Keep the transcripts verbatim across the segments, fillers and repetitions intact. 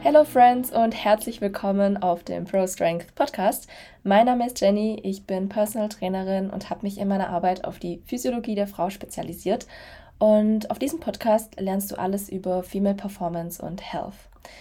Hello Friends und herzlich willkommen auf dem Pro Strength Podcast. Mein Name ist Jenny, ich bin Personal Trainerin und habe mich in meiner Arbeit auf die Physiologie der Frau spezialisiert. Und auf diesem Podcast lernst du alles über Female Performance und Health.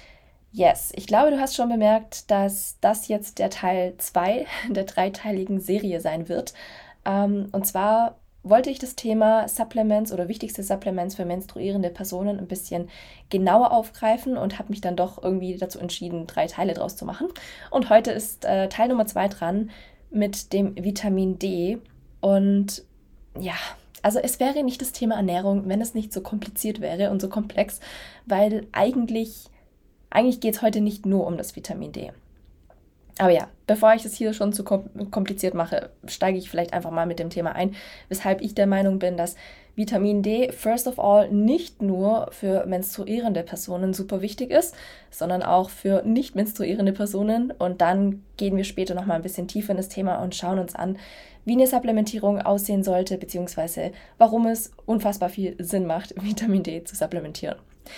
Yes, ich glaube, du hast schon bemerkt, dass das jetzt der Teil zwei der dreiteiligen Serie sein wird. Ähm, und zwar wollte ich das Thema Supplements oder wichtigste Supplements für menstruierende Personen ein bisschen genauer aufgreifen und habe mich dann doch irgendwie dazu entschieden, drei Teile draus zu machen. Und heute ist äh, Teil Nummer zwei dran mit dem Vitamin D. Und ja, also es wäre nicht das Thema Ernährung, wenn es nicht so kompliziert wäre und so komplex, weil eigentlich, eigentlich geht es heute nicht nur um das Vitamin D. Aber ja, bevor ich es hier schon zu kompliziert mache, steige ich vielleicht einfach mal mit dem Thema ein, weshalb ich der Meinung bin, dass Vitamin D first of all nicht nur für menstruierende Personen super wichtig ist, sondern auch für nicht menstruierende Personen. Und dann gehen wir später nochmal ein bisschen tiefer in das Thema und schauen uns an, wie eine Supplementierung aussehen sollte, beziehungsweise warum es unfassbar viel Sinn macht, Vitamin D zu supplementieren.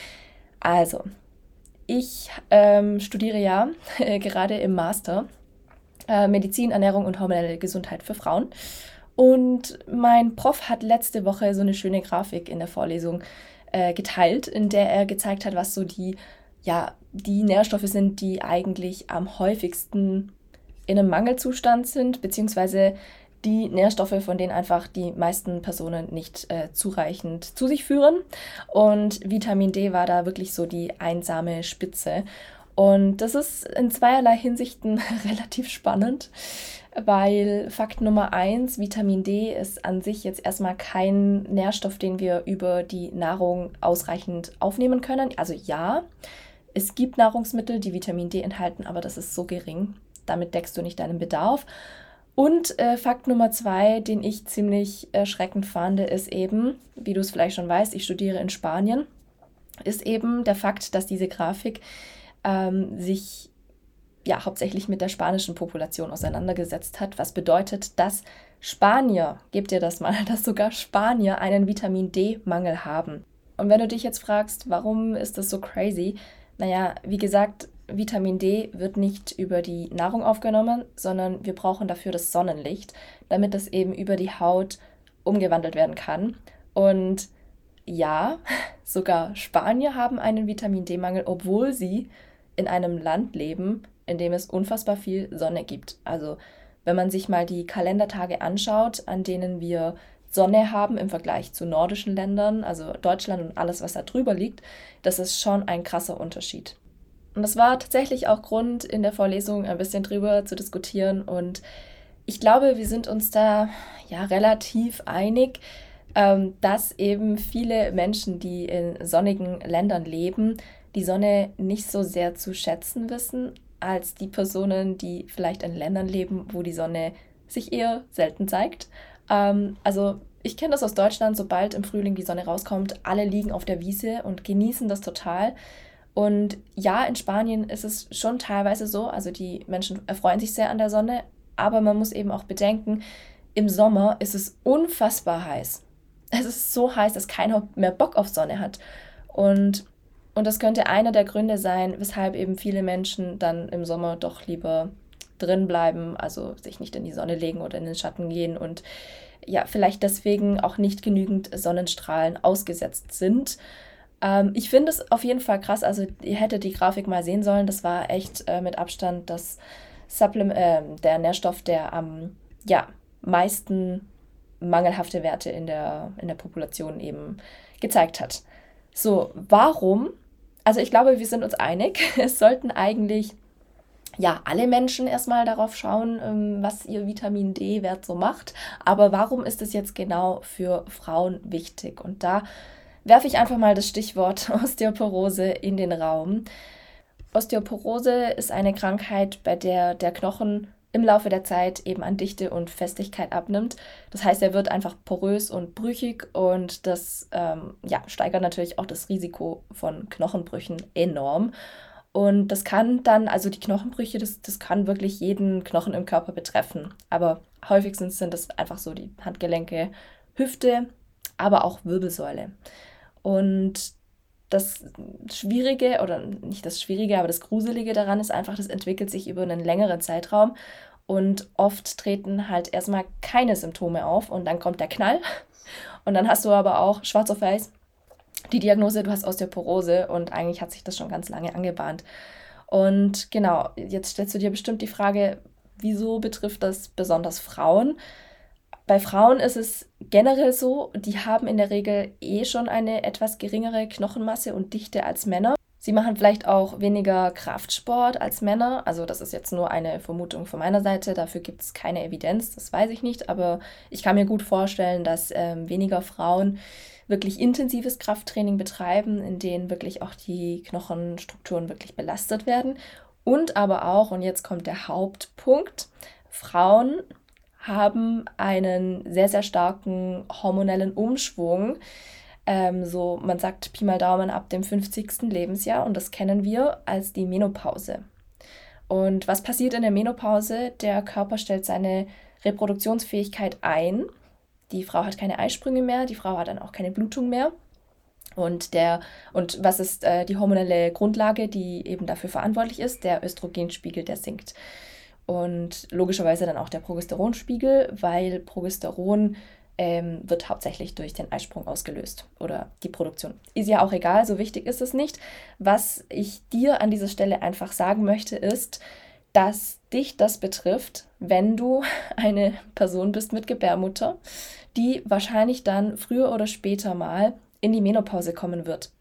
Also, Ich ähm, studiere ja äh, gerade im Master äh, Medizin, Ernährung und hormonelle Gesundheit für Frauen. Und mein Prof hat letzte Woche so eine schöne Grafik in der Vorlesung äh, geteilt, in der er gezeigt hat, was so die, ja, die Nährstoffe sind, die eigentlich am häufigsten in einem Mangelzustand sind, beziehungsweise die Nährstoffe, von denen einfach die meisten Personen nicht äh, zureichend zu sich führen. Und Vitamin D war da wirklich so die einsame Spitze. Und das ist in zweierlei Hinsichten relativ spannend, weil Fakt Nummer eins, Vitamin D ist an sich jetzt erstmal kein Nährstoff, den wir über die Nahrung ausreichend aufnehmen können. Also ja, es gibt Nahrungsmittel, die Vitamin D enthalten, aber das ist so gering. Damit deckst du nicht deinen Bedarf. Und äh, Fakt Nummer zwei, den ich ziemlich erschreckend fand, ist eben, wie du es vielleicht schon weißt, ich studiere in Spanien, ist eben der Fakt, dass diese Grafik ähm, sich ja hauptsächlich mit der spanischen Population auseinandergesetzt hat, was bedeutet, dass Spanier, gebt ihr das mal, dass sogar Spanier einen Vitamin D-Mangel haben. Und wenn du dich jetzt fragst, warum ist das so crazy? Naja, wie gesagt, Vitamin D wird nicht über die Nahrung aufgenommen, sondern wir brauchen dafür das Sonnenlicht, damit es eben über die Haut umgewandelt werden kann. Und ja, sogar Spanier haben einen Vitamin D-Mangel, obwohl sie in einem Land leben, in dem es unfassbar viel Sonne gibt. Also wenn man sich mal die Kalendertage anschaut, an denen wir Sonne haben im Vergleich zu nordischen Ländern, also Deutschland und alles, was da drüber liegt, das ist schon ein krasser Unterschied. Und das war tatsächlich auch Grund, in der Vorlesung ein bisschen drüber zu diskutieren. Und ich glaube, wir sind uns da ja relativ einig, ähm, dass eben viele Menschen, die in sonnigen Ländern leben, die Sonne nicht so sehr zu schätzen wissen, als die Personen, die vielleicht in Ländern leben, wo die Sonne sich eher selten zeigt. Ähm, also ich kenne das aus Deutschland, sobald im Frühling die Sonne rauskommt, alle liegen auf der Wiese und genießen das total. Und ja, in Spanien ist es schon teilweise so, also die Menschen erfreuen sich sehr an der Sonne, aber man muss eben auch bedenken, im Sommer ist es unfassbar heiß. Es ist so heiß, dass keiner mehr Bock auf Sonne hat. Und, und das könnte einer der Gründe sein, weshalb eben viele Menschen dann im Sommer doch lieber drin bleiben, also sich nicht in die Sonne legen oder in den Schatten gehen und ja, vielleicht deswegen auch nicht genügend Sonnenstrahlen ausgesetzt sind. Ähm, ich finde es auf jeden Fall krass, also ihr hättet die Grafik mal sehen sollen, das war echt äh, mit Abstand das Supplement, äh, der Nährstoff, der am ja, meisten mangelhafte Werte in der, in der Population eben gezeigt hat. So, warum? Also ich glaube, wir sind uns einig, es sollten eigentlich ja, alle Menschen erstmal darauf schauen, ähm, was ihr Vitamin D-Wert so macht. Aber warum ist es jetzt genau für Frauen wichtig? Und da werfe ich einfach mal das Stichwort Osteoporose in den Raum. Osteoporose ist eine Krankheit, bei der der Knochen im Laufe der Zeit eben an Dichte und Festigkeit abnimmt. Das heißt, er wird einfach porös und brüchig und das ähm, ja, steigert natürlich auch das Risiko von Knochenbrüchen enorm. Und das kann dann, also die Knochenbrüche, das, das kann wirklich jeden Knochen im Körper betreffen. Aber häufigstens sind das einfach so die Handgelenke, Hüfte, aber auch Wirbelsäule. Und das Schwierige oder nicht das Schwierige, aber das Gruselige daran ist einfach, das entwickelt sich über einen längeren Zeitraum und oft treten halt erstmal keine Symptome auf und dann kommt der Knall und dann hast du aber auch schwarz auf weiß die Diagnose, du hast Osteoporose und eigentlich hat sich das schon ganz lange angebahnt. Und genau, jetzt stellst du dir bestimmt die Frage, wieso betrifft das besonders Frauen? Bei Frauen ist es generell so, die haben in der Regel eh schon eine etwas geringere Knochenmasse und Dichte als Männer. Sie machen vielleicht auch weniger Kraftsport als Männer. Also das ist jetzt nur eine Vermutung von meiner Seite. Dafür gibt es keine Evidenz, das weiß ich nicht. Aber ich kann mir gut vorstellen, dass ähm, weniger Frauen wirklich intensives Krafttraining betreiben, in denen wirklich auch die Knochenstrukturen wirklich belastet werden. Und aber auch, und jetzt kommt der Hauptpunkt, Frauen haben einen sehr, sehr starken hormonellen Umschwung. Ähm, so, man sagt Pi mal Daumen ab dem fünfzigsten Lebensjahr und das kennen wir als die Menopause. Und was passiert in der Menopause? Der Körper stellt seine Reproduktionsfähigkeit ein. Die Frau hat keine Eisprünge mehr, die Frau hat dann auch keine Blutung mehr. Und, der, und was ist äh, die hormonelle Grundlage, die eben dafür verantwortlich ist? Der Östrogenspiegel, der sinkt. Und logischerweise dann auch der Progesteronspiegel, weil Progesteron ähm, wird hauptsächlich durch den Eisprung ausgelöst oder die Produktion. Ist ja auch egal, so wichtig ist es nicht. Was ich dir an dieser Stelle einfach sagen möchte, ist, dass dich das betrifft, wenn du eine Person bist mit Gebärmutter, die wahrscheinlich dann früher oder später mal in die Menopause kommen wird.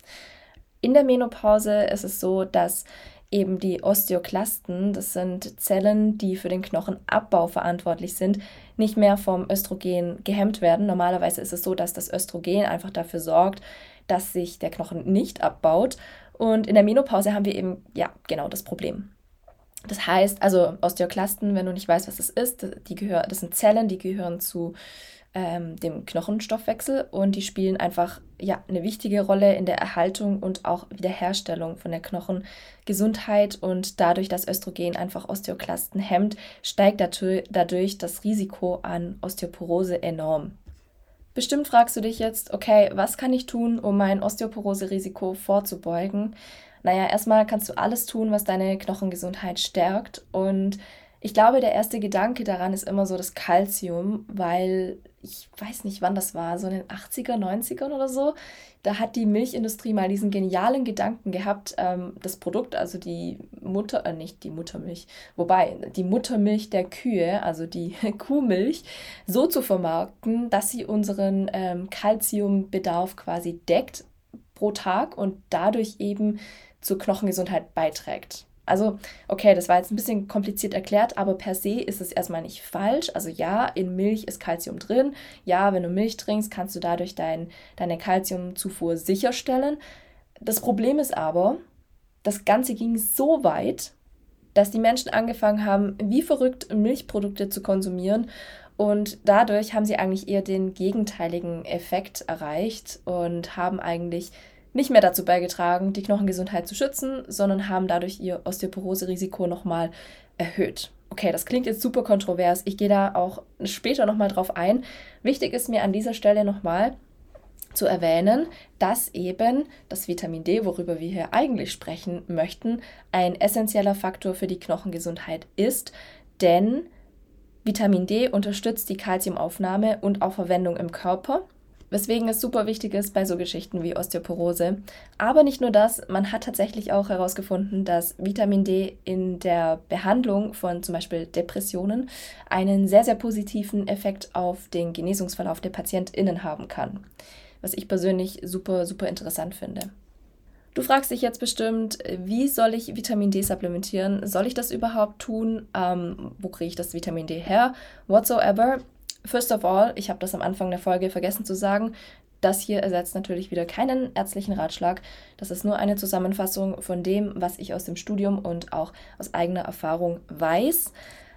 In der Menopause ist es so, dass eben die Osteoklasten, das sind Zellen, die für den Knochenabbau verantwortlich sind, nicht mehr vom Östrogen gehemmt werden. Normalerweise ist es so, dass das Östrogen einfach dafür sorgt, dass sich der Knochen nicht abbaut. Und in der Menopause haben wir eben, ja, genau das Problem. Das heißt, also Osteoklasten, wenn du nicht weißt, was das ist, die gehör, das sind Zellen, die gehören zu ähm, dem Knochenstoffwechsel und die spielen einfach ja, eine wichtige Rolle in der Erhaltung und auch Wiederherstellung von der Knochengesundheit und dadurch, dass Östrogen einfach Osteoklasten hemmt, steigt dadurch das Risiko an Osteoporose enorm. Bestimmt fragst du dich jetzt, okay, was kann ich tun, um mein Osteoporose-Risiko vorzubeugen? Naja, erstmal kannst du alles tun, was deine Knochengesundheit stärkt und ich glaube, der erste Gedanke daran ist immer so das Kalzium, weil ich weiß nicht, wann das war, so in den achtziger, neunzigern oder so. Da hat die Milchindustrie mal diesen genialen Gedanken gehabt, ähm, das Produkt, also die Mutter, äh, nicht die Muttermilch, wobei die Muttermilch der Kühe, also die Kuhmilch, so zu vermarkten, dass sie unseren ähm, Kalziumbedarf quasi deckt pro Tag und dadurch eben zur Knochengesundheit beiträgt. Also, okay, das war jetzt ein bisschen kompliziert erklärt, aber per se ist es erstmal nicht falsch. Also ja, in Milch ist Kalzium drin. Ja, wenn du Milch trinkst, kannst du dadurch dein, deine Kalziumzufuhr sicherstellen. Das Problem ist aber, das Ganze ging so weit, dass die Menschen angefangen haben, wie verrückt Milchprodukte zu konsumieren. Und dadurch haben sie eigentlich eher den gegenteiligen Effekt erreicht und haben eigentlich nicht mehr dazu beigetragen, die Knochengesundheit zu schützen, sondern haben dadurch ihr Osteoporose-Risiko nochmal erhöht. Okay, das klingt jetzt super kontrovers. Ich gehe da auch später nochmal drauf ein. Wichtig ist mir an dieser Stelle nochmal zu erwähnen, dass eben das Vitamin D, worüber wir hier eigentlich sprechen möchten, ein essentieller Faktor für die Knochengesundheit ist, denn Vitamin D unterstützt die Kalziumaufnahme und auch Verwendung im Körper. Weswegen es super wichtig ist bei so Geschichten wie Osteoporose. Aber nicht nur das, man hat tatsächlich auch herausgefunden, dass Vitamin D in der Behandlung von zum Beispiel Depressionen einen sehr, sehr positiven Effekt auf den Genesungsverlauf der PatientInnen haben kann. Was ich persönlich super, super interessant finde. Du fragst dich jetzt bestimmt, wie soll ich Vitamin D supplementieren? Soll ich das überhaupt tun? Ähm, wo kriege ich das Vitamin D her? Whatsoever. First of all, ich habe das am Anfang der Folge vergessen zu sagen, das hier ersetzt natürlich wieder keinen ärztlichen Ratschlag. Das ist nur eine Zusammenfassung von dem, was ich aus dem Studium und auch aus eigener Erfahrung weiß.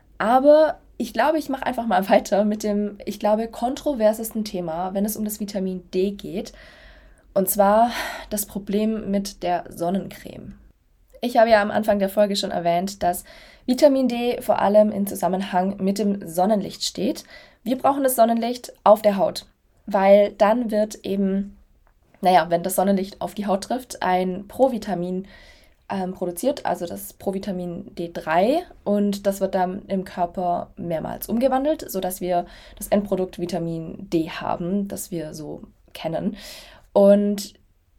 Aber ich glaube, ich mache einfach mal weiter mit dem, ich glaube, kontroversesten Thema, wenn es um das Vitamin D geht. Und zwar das Problem mit der Sonnencreme. Ich habe ja am Anfang der Folge schon erwähnt, dass Vitamin D vor allem in Zusammenhang mit dem Sonnenlicht steht. Wir brauchen das Sonnenlicht auf der Haut, weil dann wird eben naja, wenn das Sonnenlicht auf die Haut trifft, ein Provitamin ähm, produziert, also das Provitamin D drei, und das wird dann im Körper mehrmals umgewandelt, sodass wir das Endprodukt Vitamin D haben, das wir so kennen. Und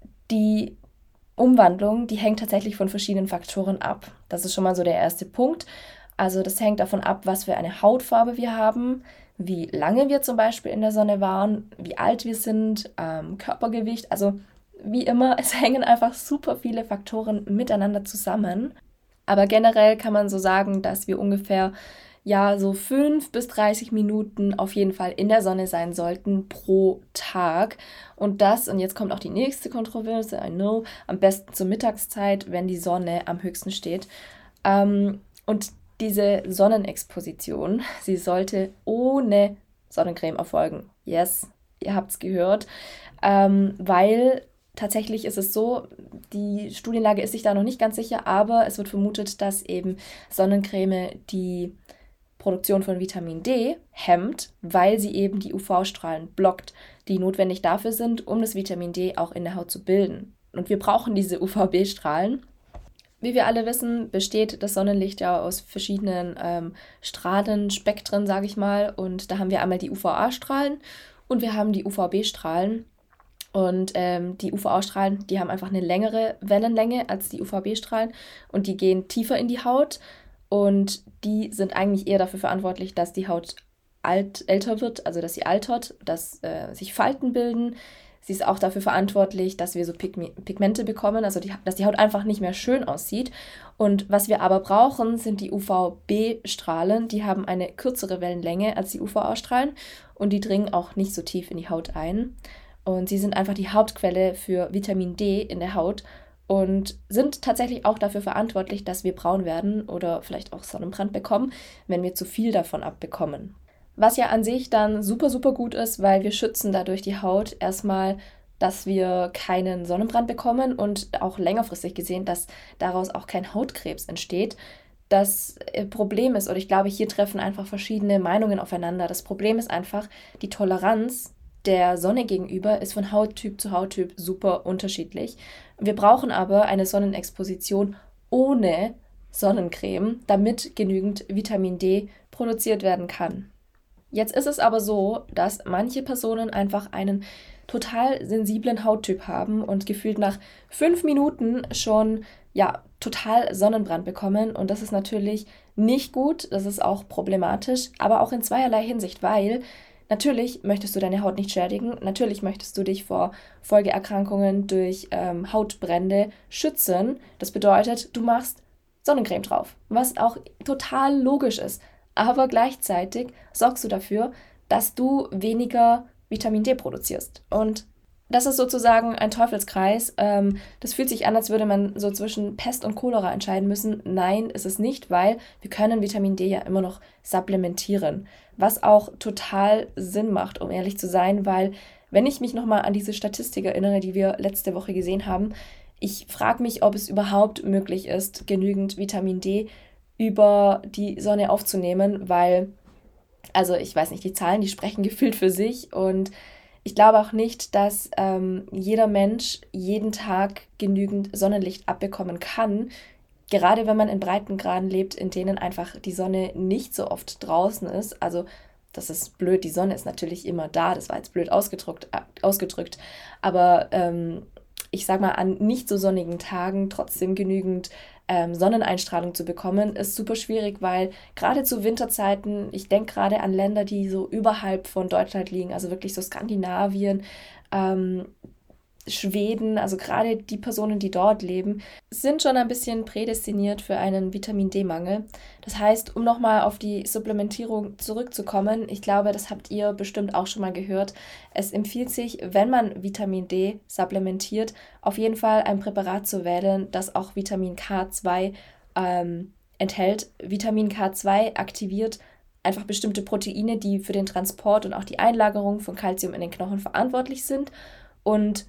die Umwandlung, die hängt tatsächlich von verschiedenen Faktoren ab. Das ist schon mal so der erste Punkt. Also das hängt davon ab, was für eine Hautfarbe wir haben, wie lange wir zum Beispiel in der Sonne waren, wie alt wir sind, ähm, Körpergewicht. Also wie immer, es hängen einfach super viele Faktoren miteinander zusammen. Aber generell kann man so sagen, dass wir ungefähr ja so fünf bis dreißig Minuten auf jeden Fall in der Sonne sein sollten pro Tag. Und das, und jetzt kommt auch die nächste Kontroverse, I know, am besten zur Mittagszeit, wenn die Sonne am höchsten steht. Ähm, und diese Sonnenexposition, sie sollte ohne Sonnencreme erfolgen. Yes, ihr habt es gehört. Ähm, weil tatsächlich ist es so, die Studienlage ist sich da noch nicht ganz sicher, aber es wird vermutet, dass eben Sonnencreme die Produktion von Vitamin D hemmt, weil sie eben die U V-Strahlen blockt, die notwendig dafür sind, um das Vitamin D auch in der Haut zu bilden. Und wir brauchen diese U V B-Strahlen. Wie wir alle wissen, besteht das Sonnenlicht ja aus verschiedenen ähm, Strahlen, Spektren, sage ich mal. Und da haben wir einmal die U V A-Strahlen und wir haben die U V B-Strahlen. Und ähm, die U V A-Strahlen, die haben einfach eine längere Wellenlänge als die U V B-Strahlen und die gehen tiefer in die Haut. Und die sind eigentlich eher dafür verantwortlich, dass die Haut alt, älter wird, also dass sie altert, dass äh, sich Falten bilden. Sie ist auch dafür verantwortlich, dass wir so Pigme- Pigmente bekommen, also die, dass die Haut einfach nicht mehr schön aussieht. Und was wir aber brauchen, sind die U V B-Strahlen. Die haben eine kürzere Wellenlänge als die U V A-Strahlen und die dringen auch nicht so tief in die Haut ein. Und sie sind einfach die Hauptquelle für Vitamin D in der Haut und sind tatsächlich auch dafür verantwortlich, dass wir braun werden oder vielleicht auch Sonnenbrand bekommen, wenn wir zu viel davon abbekommen. Was ja an sich dann super, super gut ist, weil wir schützen dadurch die Haut erstmal, dass wir keinen Sonnenbrand bekommen und auch längerfristig gesehen, dass daraus auch kein Hautkrebs entsteht. Das Problem ist, oder ich glaube, hier treffen einfach verschiedene Meinungen aufeinander. Das Problem ist einfach, die Toleranz der Sonne gegenüber ist von Hauttyp zu Hauttyp super unterschiedlich. Wir brauchen aber eine Sonnenexposition ohne Sonnencreme, damit genügend Vitamin D produziert werden kann. Jetzt ist es aber so, dass manche Personen einfach einen total sensiblen Hauttyp haben und gefühlt nach fünf Minuten schon ja, total Sonnenbrand bekommen. Und das ist natürlich nicht gut, das ist auch problematisch, aber auch in zweierlei Hinsicht, weil natürlich möchtest du deine Haut nicht schädigen, natürlich möchtest du dich vor Folgeerkrankungen durch ähm, Hautbrände schützen. Das bedeutet, du machst Sonnencreme drauf, was auch total logisch ist. Aber gleichzeitig sorgst du dafür, dass du weniger Vitamin D produzierst. Und das ist sozusagen ein Teufelskreis. Ähm, das fühlt sich an, als würde man so zwischen Pest und Cholera entscheiden müssen. Nein, ist es nicht, weil wir können Vitamin D ja immer noch supplementieren. Was auch total Sinn macht, um ehrlich zu sein, weil wenn ich mich nochmal an diese Statistik erinnere, die wir letzte Woche gesehen haben, ich frage mich, ob es überhaupt möglich ist, genügend Vitamin D über die Sonne aufzunehmen, weil, also ich weiß nicht, die Zahlen, die sprechen gefühlt für sich und ich glaube auch nicht, dass ähm, jeder Mensch jeden Tag genügend Sonnenlicht abbekommen kann, gerade wenn man in Breitengraden lebt, in denen einfach die Sonne nicht so oft draußen ist. Also das ist blöd, die Sonne ist natürlich immer da, das war jetzt blöd ausgedrückt, äh, ausgedrückt. aber ähm, ich sag mal, an nicht so sonnigen Tagen trotzdem genügend ähm, Sonneneinstrahlung zu bekommen, ist super schwierig, weil gerade zu Winterzeiten, ich denke gerade an Länder, die so überhalb von Deutschland liegen, also wirklich so Skandinavien, ähm, Schweden, also gerade die Personen, die dort leben, sind schon ein bisschen prädestiniert für einen Vitamin D-Mangel. Das heißt, um nochmal auf die Supplementierung zurückzukommen, ich glaube, das habt ihr bestimmt auch schon mal gehört, es empfiehlt sich, wenn man Vitamin D supplementiert, auf jeden Fall ein Präparat zu wählen, das auch Vitamin K zwei ähm, enthält. Vitamin K zwei aktiviert einfach bestimmte Proteine, die für den Transport und auch die Einlagerung von Calcium in den Knochen verantwortlich sind. Und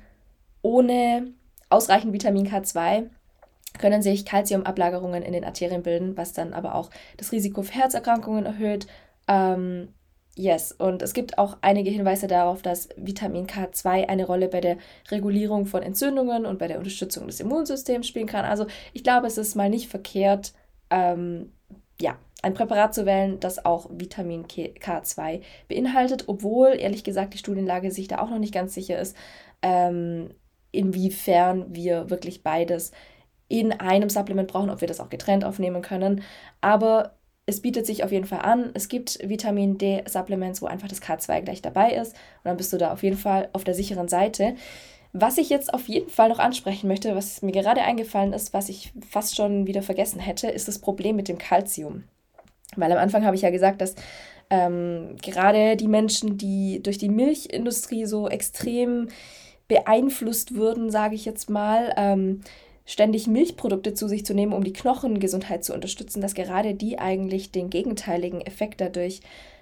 ohne ausreichend Vitamin K zwei können sich Calciumablagerungen in den Arterien bilden, was dann aber auch das Risiko für Herzerkrankungen erhöht, ähm, Yes, und es gibt auch einige Hinweise darauf, dass Vitamin K zwei eine Rolle bei der Regulierung von Entzündungen und bei der Unterstützung des Immunsystems spielen kann. Also ich glaube, es ist mal nicht verkehrt, ähm, ja, ein Präparat zu wählen, das auch Vitamin K zwei beinhaltet, obwohl ehrlich gesagt die Studienlage sich da auch noch nicht ganz sicher ist, ähm, inwiefern wir wirklich beides in einem Supplement brauchen, ob wir das auch getrennt aufnehmen können. Aber es bietet sich auf jeden Fall an. Es gibt Vitamin D-Supplements, wo einfach das K zwei gleich dabei ist. Und dann bist du da auf jeden Fall auf der sicheren Seite. Was ich jetzt auf jeden Fall noch ansprechen möchte, was mir gerade eingefallen ist, was ich fast schon wieder vergessen hätte, ist das Problem mit dem Calcium. Weil am Anfang habe ich ja gesagt, dass ähm, gerade die Menschen, die durch die Milchindustrie so extrem beeinflusst würden, sage ich jetzt mal, ähm, ständig Milchprodukte zu sich zu nehmen, um die Knochengesundheit zu unterstützen, dass gerade die eigentlich den gegenteiligen Effekt dadurch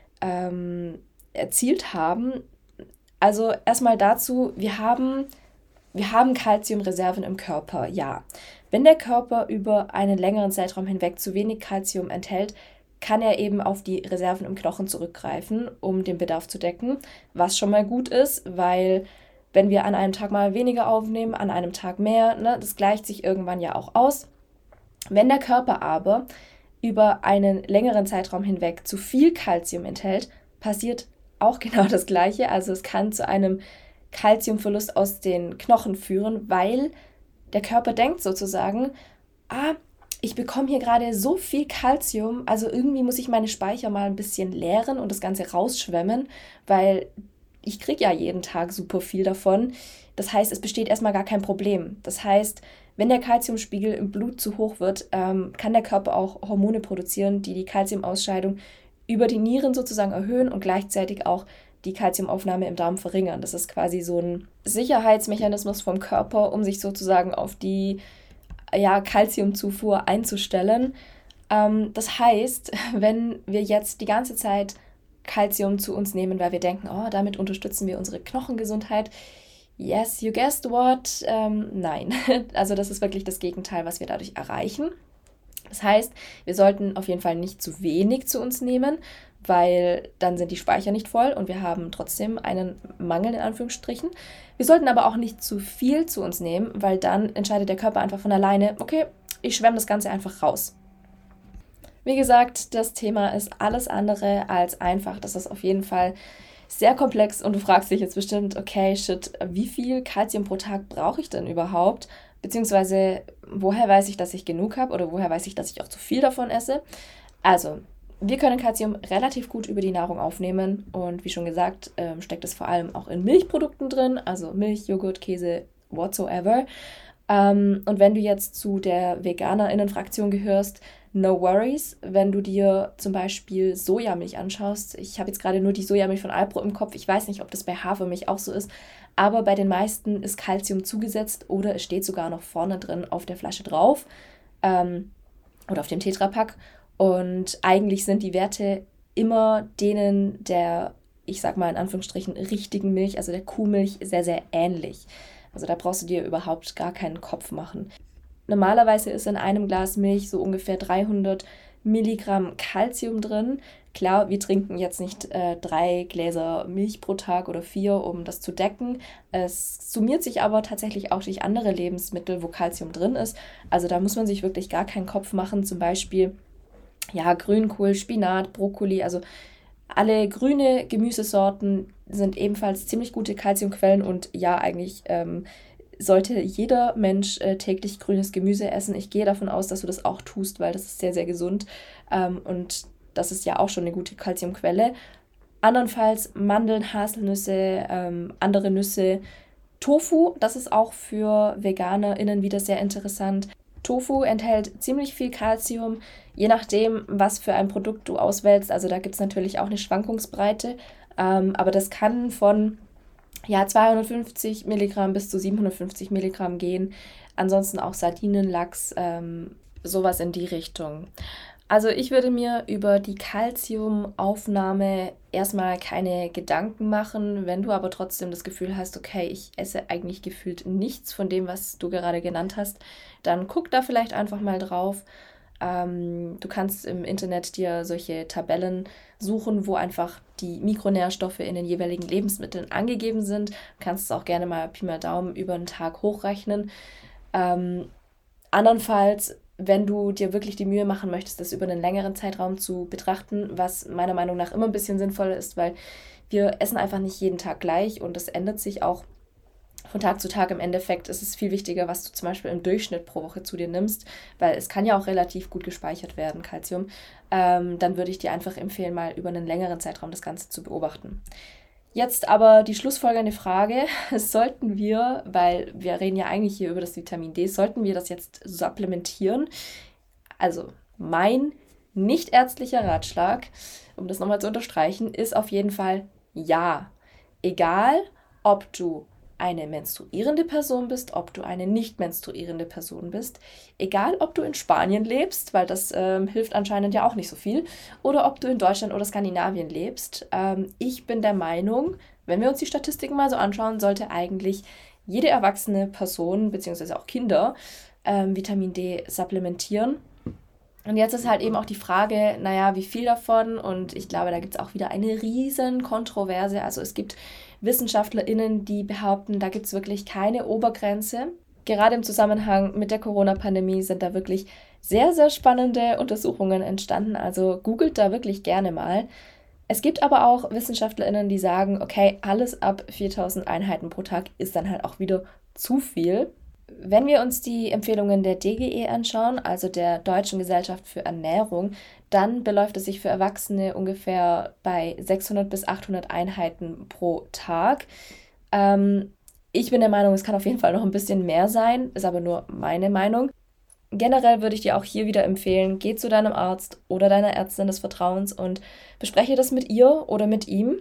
ähm, erzielt haben. Also erstmal dazu, wir haben, wir haben Calciumreserven im Körper, ja. Wenn der Körper über einen längeren Zeitraum hinweg zu wenig Calcium enthält, kann er eben auf die Reserven im Knochen zurückgreifen, um den Bedarf zu decken, was schon mal gut ist, weil wenn wir an einem Tag mal weniger aufnehmen, an einem Tag mehr, ne, das gleicht sich irgendwann ja auch aus. Wenn der Körper aber über einen längeren Zeitraum hinweg zu viel Calcium enthält, passiert auch genau das Gleiche. Also es kann zu einem Calciumverlust aus den Knochen führen, weil der Körper denkt sozusagen, ah, ich bekomme hier gerade so viel Calcium, also irgendwie muss ich meine Speicher mal ein bisschen leeren und das Ganze rausschwemmen, weil ich kriege ja jeden Tag super viel davon. Das heißt, es besteht erstmal gar kein Problem. Das heißt, wenn der Calciumspiegel im Blut zu hoch wird, ähm, kann der Körper auch Hormone produzieren, die die Calciumausscheidung über die Nieren sozusagen erhöhen und gleichzeitig auch die Calciumaufnahme im Darm verringern. Das ist quasi so ein Sicherheitsmechanismus vom Körper, um sich sozusagen auf die ja, Calciumzufuhr einzustellen. Ähm, das heißt, wenn wir jetzt die ganze Zeit Calcium zu uns nehmen, weil wir denken, oh, damit unterstützen wir unsere Knochengesundheit. Yes, you guessed what? Ähm, nein, also das ist wirklich das Gegenteil, was wir dadurch erreichen. Das heißt, wir sollten auf jeden Fall nicht zu wenig zu uns nehmen, weil dann sind die Speicher nicht voll und wir haben trotzdem einen Mangel in Anführungsstrichen. Wir sollten aber auch nicht zu viel zu uns nehmen, weil dann entscheidet der Körper einfach von alleine, okay, ich schwemme das Ganze einfach raus. Wie gesagt, das Thema ist alles andere als einfach. Das ist auf jeden Fall sehr komplex und du fragst dich jetzt bestimmt, okay, shit, wie viel Calcium pro Tag brauche ich denn überhaupt? Beziehungsweise, woher weiß ich, dass ich genug habe oder woher weiß ich, dass ich auch zu viel davon esse? Also, wir können Calcium relativ gut über die Nahrung aufnehmen und wie schon gesagt, ähm, steckt es vor allem auch in Milchprodukten drin, also Milch, Joghurt, Käse, whatsoever. Ähm, und wenn du jetzt zu der VeganerInnen-Fraktion gehörst, no worries, wenn du dir zum Beispiel Sojamilch anschaust. Ich habe jetzt gerade nur die Sojamilch von Alpro im Kopf. Ich weiß nicht, ob das bei Hafermilch auch so ist. Aber bei den meisten ist Calcium zugesetzt oder es steht sogar noch vorne drin auf der Flasche drauf ähm, oder auf dem Tetrapack. Und eigentlich sind die Werte immer denen der, ich sag mal in Anführungsstrichen, richtigen Milch, also der Kuhmilch, sehr, sehr ähnlich. Also da brauchst du dir überhaupt gar keinen Kopf machen. Normalerweise ist in einem Glas Milch so ungefähr dreihundert Milligramm Calcium drin. Klar, wir trinken jetzt nicht äh, drei Gläser Milch pro Tag oder vier, um das zu decken. Es summiert sich aber tatsächlich auch durch andere Lebensmittel, wo Calcium drin ist. Also da muss man sich wirklich gar keinen Kopf machen. Zum Beispiel ja, Grünkohl, Spinat, Brokkoli, also alle grüne Gemüsesorten sind ebenfalls ziemlich gute Calciumquellen und ja, eigentlich ähm, sollte jeder Mensch äh, täglich grünes Gemüse essen. Ich gehe davon aus, dass du das auch tust, weil das ist sehr, sehr gesund ähm, und das ist ja auch schon eine gute Calciumquelle. Andernfalls Mandeln, Haselnüsse, ähm, andere Nüsse, Tofu, das ist auch für VeganerInnen wieder sehr interessant. Tofu enthält ziemlich viel Calcium, je nachdem, was für ein Produkt du auswählst. Also da gibt es natürlich auch eine Schwankungsbreite, ähm, aber das kann von ja, zweihundertfünfzig Milligramm bis zu siebenhundertfünfzig Milligramm gehen. Ansonsten auch Sardinen, Lachs, ähm, sowas in die Richtung. Also ich würde mir über die Calciumaufnahme erstmal keine Gedanken machen. Wenn du aber trotzdem das Gefühl hast, okay, ich esse eigentlich gefühlt nichts von dem, was du gerade genannt hast, dann guck da vielleicht einfach mal drauf. Ähm, du kannst im Internet dir solche Tabellen suchen, wo einfach die Mikronährstoffe in den jeweiligen Lebensmitteln angegeben sind. Du kannst es auch gerne mal Pi mal Daumen über einen Tag hochrechnen. Ähm, andernfalls, wenn du dir wirklich die Mühe machen möchtest, das über einen längeren Zeitraum zu betrachten, was meiner Meinung nach immer ein bisschen sinnvoller ist, weil wir essen einfach nicht jeden Tag gleich und das ändert sich auch von Tag zu Tag. Im Endeffekt ist es viel wichtiger, was du zum Beispiel im Durchschnitt pro Woche zu dir nimmst, weil es kann ja auch relativ gut gespeichert werden, Calcium. Ähm, dann würde ich dir einfach empfehlen, mal über einen längeren Zeitraum das Ganze zu beobachten. Jetzt aber die schlussfolgernde Frage, sollten wir, weil wir reden ja eigentlich hier über das Vitamin D, sollten wir das jetzt supplementieren? Also mein nicht ärztlicher Ratschlag, um das nochmal zu unterstreichen, ist auf jeden Fall ja. Egal, ob du eine menstruierende Person bist, ob du eine nicht menstruierende Person bist, egal ob du in Spanien lebst, weil das ähm, hilft anscheinend ja auch nicht so viel, oder ob du in Deutschland oder Skandinavien lebst. Ähm, ich bin der Meinung, wenn wir uns die Statistiken mal so anschauen, sollte eigentlich jede erwachsene Person, beziehungsweise auch Kinder, ähm, Vitamin D supplementieren. Und jetzt ist halt eben auch die Frage, naja, wie viel davon? Und ich glaube, da gibt es auch wieder eine riesen Kontroverse. Also es gibt WissenschaftlerInnen, die behaupten, da gibt es wirklich keine Obergrenze. Gerade im Zusammenhang mit der Corona-Pandemie sind da wirklich sehr, sehr spannende Untersuchungen entstanden. Also googelt da wirklich gerne mal. Es gibt aber auch WissenschaftlerInnen, die sagen, okay, alles ab viertausend Einheiten pro Tag ist dann halt auch wieder zu viel. Wenn wir uns die Empfehlungen der D G E anschauen, also der Deutschen Gesellschaft für Ernährung, dann beläuft es sich für Erwachsene ungefähr bei sechshundert bis achthundert Einheiten pro Tag. Ähm, ich bin der Meinung, es kann auf jeden Fall noch ein bisschen mehr sein, ist aber nur meine Meinung. Generell würde ich dir auch hier wieder empfehlen, geh zu deinem Arzt oder deiner Ärztin des Vertrauens und bespreche das mit ihr oder mit ihm.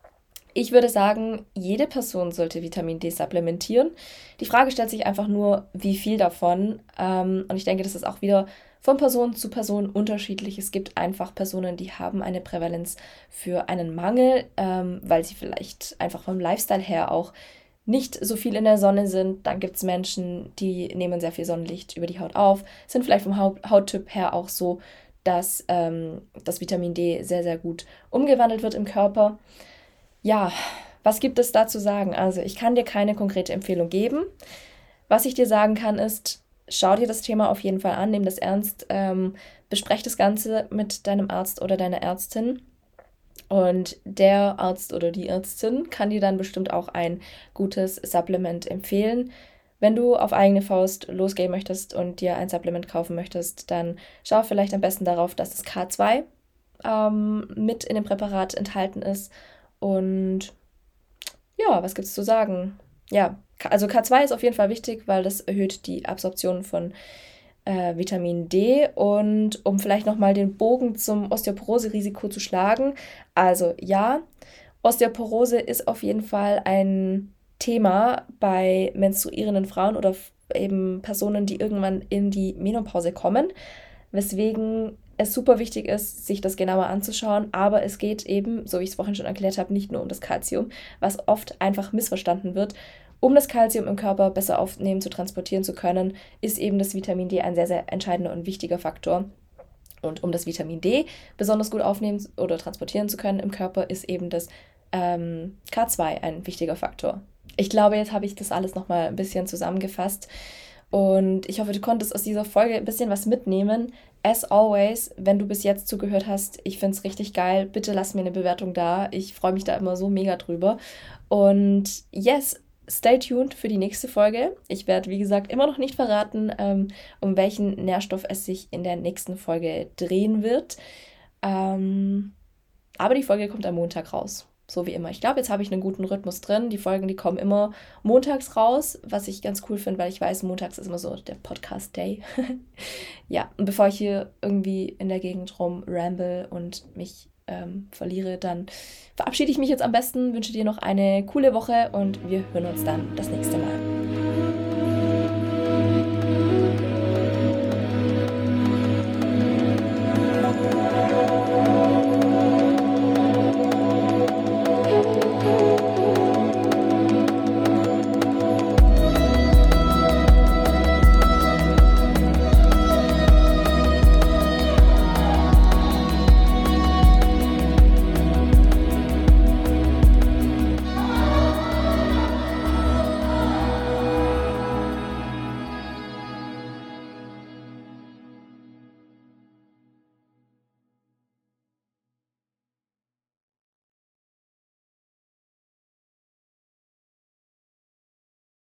Ich würde sagen, jede Person sollte Vitamin D supplementieren. Die Frage stellt sich einfach nur, wie viel davon. Ähm, und ich denke, das ist auch wieder von Person zu Person unterschiedlich. Es gibt einfach Personen, die haben eine Prävalenz für einen Mangel, ähm, weil sie vielleicht einfach vom Lifestyle her auch nicht so viel in der Sonne sind. Dann gibt es Menschen, die nehmen sehr viel Sonnenlicht über die Haut auf, sind vielleicht vom Haut Hauttyp her auch so, dass ähm, das Vitamin D sehr, sehr gut umgewandelt wird im Körper. Ja, was gibt es da zu sagen? Also ich kann dir keine konkrete Empfehlung geben. Was ich dir sagen kann ist, schau dir das Thema auf jeden Fall an, nimm das ernst, ähm, besprech das Ganze mit deinem Arzt oder deiner Ärztin. Und der Arzt oder die Ärztin kann dir dann bestimmt auch ein gutes Supplement empfehlen. Wenn du auf eigene Faust losgehen möchtest und dir ein Supplement kaufen möchtest, dann schau vielleicht am besten darauf, dass das K zwei ähm, mit in dem Präparat enthalten ist. Und ja, was gibt es zu sagen? Ja, also K zwei ist auf jeden Fall wichtig, weil das erhöht die Absorption von äh, Vitamin D. Und um vielleicht nochmal den Bogen zum Osteoporose-Risiko zu schlagen, also ja, Osteoporose ist auf jeden Fall ein Thema bei menstruierenden Frauen oder eben Personen, die irgendwann in die Menopause kommen, weswegen es super wichtig ist, sich das genauer anzuschauen, aber es geht eben, so wie ich es vorhin schon erklärt habe, nicht nur um das Calcium, was oft einfach missverstanden wird. Um das Calcium im Körper besser aufnehmen, zu transportieren zu können, ist eben das Vitamin D ein sehr, sehr entscheidender und wichtiger Faktor. Und um das Vitamin D besonders gut aufnehmen oder transportieren zu können im Körper, ist eben das ähm, K zwei ein wichtiger Faktor. Ich glaube, jetzt habe ich das alles nochmal ein bisschen zusammengefasst. Und ich hoffe, du konntest aus dieser Folge ein bisschen was mitnehmen. As always, wenn du bis jetzt zugehört hast, ich finde es richtig geil. Bitte lass mir eine Bewertung da. Ich freue mich da immer so mega drüber. Und yes, stay tuned für die nächste Folge. Ich werde, wie gesagt, immer noch nicht verraten, ähm, um welchen Nährstoff es sich in der nächsten Folge drehen wird. Ähm, aber die Folge kommt am Montag raus. So wie immer. Ich glaube, jetzt habe ich einen guten Rhythmus drin. Die Folgen, die kommen immer montags raus, was ich ganz cool finde, weil ich weiß, montags ist immer so der Podcast-Day. Ja, und bevor ich hier irgendwie in der Gegend rum ramble und mich ähm, verliere, dann verabschiede ich mich jetzt am besten, wünsche dir noch eine coole Woche und wir hören uns dann das nächste Mal.